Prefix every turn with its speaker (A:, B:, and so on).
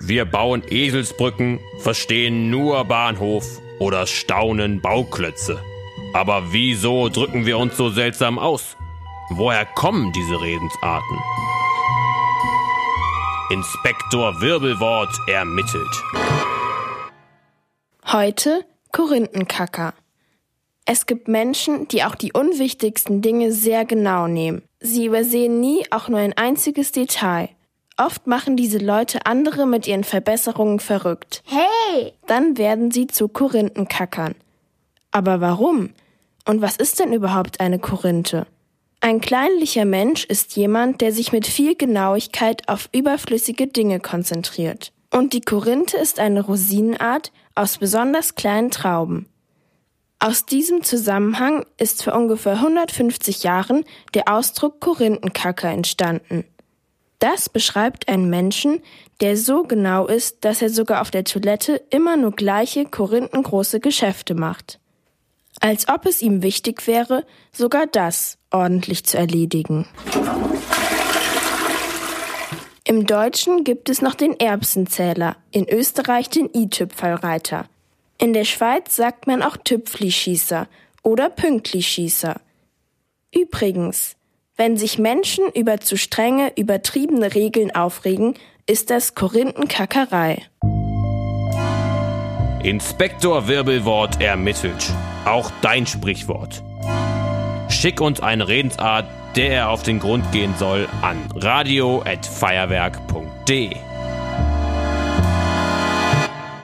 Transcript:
A: Wir bauen Eselsbrücken, verstehen nur Bahnhof oder staunen Bauklötze. Aber wieso drücken wir uns so seltsam aus? Woher kommen diese Redensarten? Inspektor Wirbelwort ermittelt.
B: Heute Korinthenkacker. Es gibt Menschen, die auch die unwichtigsten Dinge sehr genau nehmen. Sie übersehen nie auch nur ein einziges Detail. Oft machen diese Leute andere mit ihren Verbesserungen verrückt.
C: Hey!
B: Dann werden sie zu Korinthenkackern. Aber warum? Und was ist denn überhaupt eine Korinthe? Ein kleinlicher Mensch ist jemand, der sich mit viel Genauigkeit auf überflüssige Dinge konzentriert. Und die Korinthe ist eine Rosinenart aus besonders kleinen Trauben. Aus diesem Zusammenhang ist vor ungefähr 150 Jahren der Ausdruck Korinthenkacker entstanden. Das beschreibt einen Menschen, der so genau ist, dass er sogar auf der Toilette immer nur gleiche korinthengroße Geschäfte macht. Als ob es ihm wichtig wäre, sogar das ordentlich zu erledigen. Im Deutschen gibt es noch den Erbsenzähler, in Österreich den i-Tüpfelreiter. In der Schweiz sagt man auch Tüpflischießer oder Pünktlischießer. Übrigens, wenn sich Menschen über zu strenge, übertriebene Regeln aufregen, ist das Korinthenkackerei.
A: Inspektor Wirbelwort ermittelt. Auch dein Sprichwort. Schick uns eine Redensart, der er auf den Grund gehen soll, an radio@feuerwerk.de.